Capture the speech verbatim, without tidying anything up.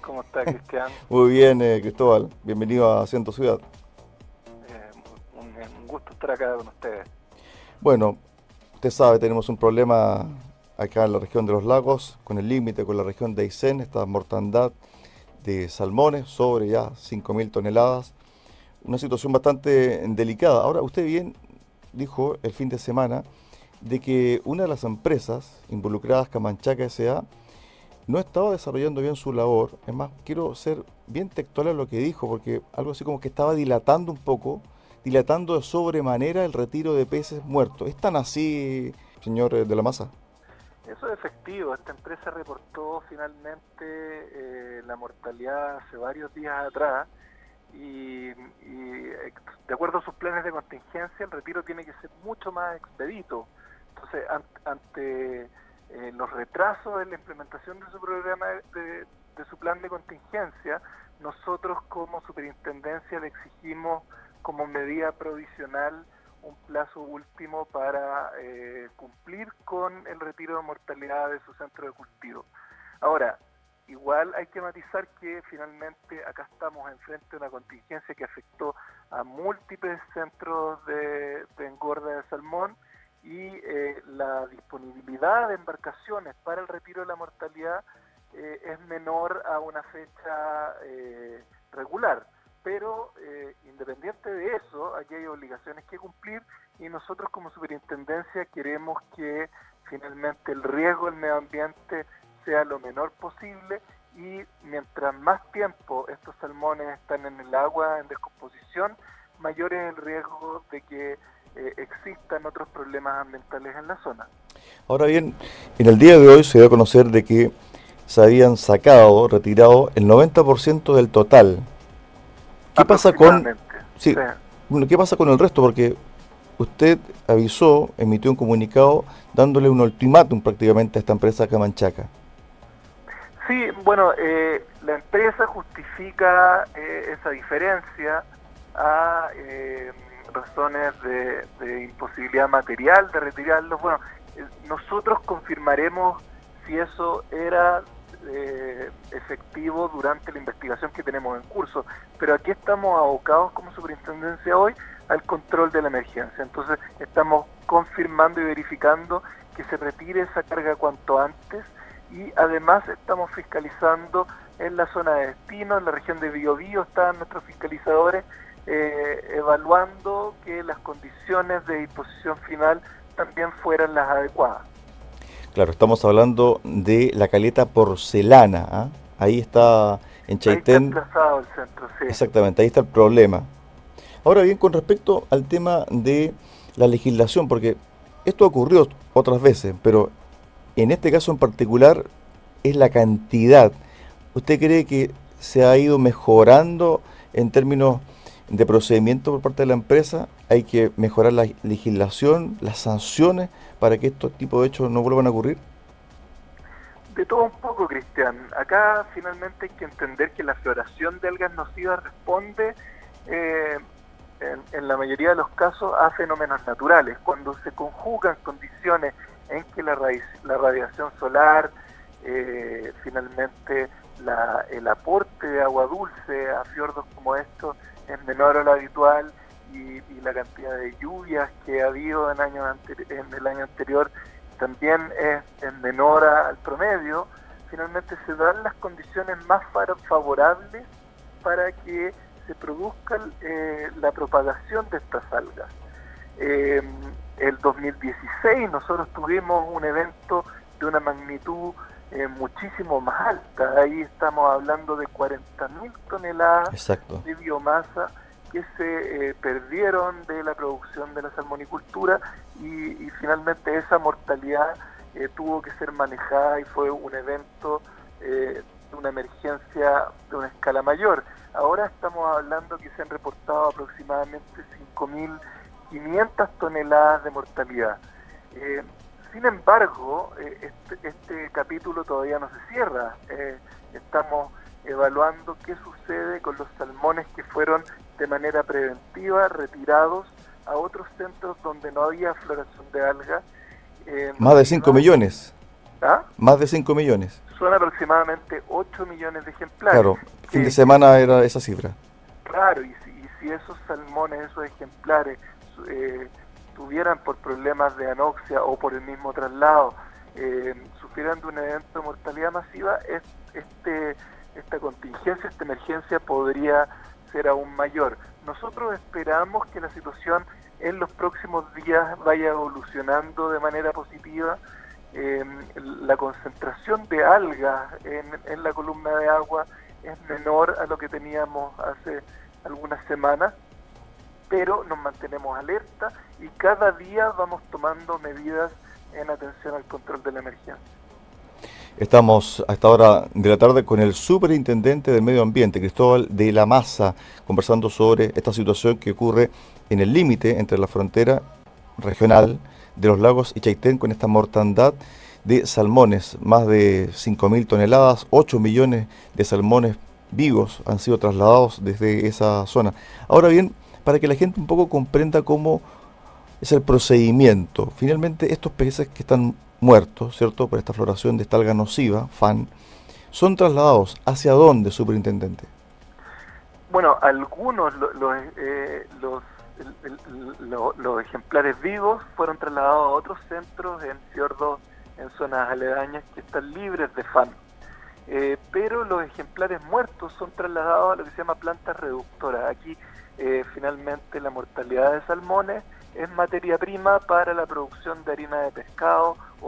¿Cómo está, Cristian? Muy bien, eh, Cristóbal. Bienvenido a Ciento Ciudad. Eh, un, un gusto estar acá con ustedes. Bueno, usted sabe, tenemos un problema acá en la región de los lagos, con el límite con la región de Aysén, esta mortandad de salmones, sobre ya cinco mil toneladas. Una situación bastante delicada. Ahora, usted bien dijo el fin de semana de que una de las empresas involucradas, Camanchaca S A, no estaba desarrollando bien su labor. Es más, quiero ser bien textual en lo que dijo, porque algo así como que estaba dilatando un poco, dilatando de sobremanera el retiro de peces muertos. ¿Es tan así, señor de la Maza? Eso es efectivo. Esta empresa reportó finalmente eh, la mortalidad hace varios días atrás y, y de acuerdo a sus planes de contingencia el retiro tiene que ser mucho más expedito. Entonces, an, ante eh, los retrasos en la implementación de su programa, de, de su plan de contingencia, nosotros como superintendencia le exigimos como medida provisional un plazo último para eh, cumplir con el retiro de mortalidad de su centro de cultivo. Ahora, igual hay que matizar que finalmente acá estamos enfrente de una contingencia que afectó a múltiples centros de, de engorda de salmón y eh, la disponibilidad de embarcaciones para el retiro de la mortalidad eh, es menor a una fecha eh, regular. Pero eh, independiente de eso, aquí hay obligaciones que cumplir y nosotros como superintendencia queremos que finalmente el riesgo del medio ambiente sea lo menor posible y mientras más tiempo estos salmones están en el agua en descomposición, mayor es el riesgo de que eh, existan otros problemas ambientales en la zona. Ahora bien, en el día de hoy se dio a conocer de que se habían sacado, retirado el noventa por ciento del total. ¿Qué pasa con sí, sí. ¿Qué pasa con el resto? Porque usted avisó, emitió un comunicado dándole un ultimátum prácticamente a esta empresa Camanchaca. Sí, bueno, eh, la empresa justifica eh, esa diferencia a eh, razones de, de imposibilidad material de retirarlos. Bueno, eh, nosotros confirmaremos si eso era Eh, efectivo durante la investigación que tenemos en curso, pero aquí estamos abocados como superintendencia hoy al control de la emergencia. Entonces estamos confirmando y verificando que se retire esa carga cuanto antes y además estamos fiscalizando en la zona de destino, en la región de Biobío están nuestros fiscalizadores eh, evaluando que las condiciones de disposición final también fueran las adecuadas. Claro, estamos hablando de la caleta Porcelana, ¿eh? Ahí está en Chaitén. Ahí está emplazado el centro, sí. Exactamente, ahí está el problema. Ahora bien, con respecto al tema de la legislación, porque esto ocurrió otras veces, pero en este caso en particular es la cantidad. ¿Usted cree que se ha ido mejorando en términos de procedimiento por parte de la empresa? ¿Hay que mejorar la legislación, las sanciones, para que estos tipos de hechos no vuelvan a ocurrir? De todo un poco, Cristian. Acá finalmente hay que entender que la floración de algas nocivas responde eh, en, en la mayoría de los casos a fenómenos naturales. Cuando se conjugan condiciones en que la, radi la radiación solar, eh, finalmente la, el aporte de agua dulce a fiordos como estos es menor a lo habitual y, y la cantidad de lluvias que ha habido en, años en el año anterior también es, es menor a, al promedio, finalmente se dan las condiciones más favorables para que se produzca eh, la propagación de estas algas. Eh, el dos mil dieciséis nosotros tuvimos un evento de una magnitud eh, muchísimo más alta, ahí estamos hablando de cuarenta mil toneladas Exacto. de biomasa que se eh, perdieron de la producción de la salmonicultura y, y finalmente esa mortalidad eh, tuvo que ser manejada y fue un evento eh, de una emergencia de una escala mayor. Ahora estamos hablando que se han reportado aproximadamente cinco mil quinientas toneladas de mortalidad. Eh, sin embargo, eh, este, este capítulo todavía no se cierra. Eh, estamos evaluando qué sucede con los salmones que fueron de manera preventiva retirados a otros centros donde no había floración de algas. Eh, Más de cinco millones. ¿Ah? Más de cinco millones. Son aproximadamente ocho millones de ejemplares. Claro, fin Eh, de semana era esa cifra. Claro, y si, y si esos salmones, esos ejemplares, eh, tuvieran por problemas de anoxia o por el mismo traslado, eh, sufrieran de un evento de mortalidad masiva, es, este, esta contingencia, esta emergencia podría ser aún mayor. Nosotros esperamos que la situación en los próximos días vaya evolucionando de manera positiva. Eh, la concentración de algas en, en la columna de agua es menor a lo que teníamos hace algunas semanas, pero nos mantenemos alerta y cada día vamos tomando medidas en atención al control de la emergencia. Estamos a esta hora de la tarde con el superintendente del medio ambiente, Cristóbal de la Maza, conversando sobre esta situación que ocurre en el límite entre la frontera regional de los lagos y Chaitén, con esta mortandad de salmones, más de cinco mil toneladas, ocho millones de salmones vivos han sido trasladados desde esa zona. Ahora bien, para que la gente un poco comprenda cómo es el procedimiento, finalmente estos peces que están muertos, ¿cierto?, por esta floración de esta alga nociva, F A N, ¿son trasladados hacia dónde, superintendente? Bueno, algunos lo, lo, eh, los, el, el, lo, los ejemplares vivos fueron trasladados a otros centros en fiordos, en zonas aledañas que están libres de F A N. Eh, pero los ejemplares muertos son trasladados a lo que se llama plantas reductoras. Aquí eh, finalmente la mortalidad de salmones es materia prima para la producción de harina de pescado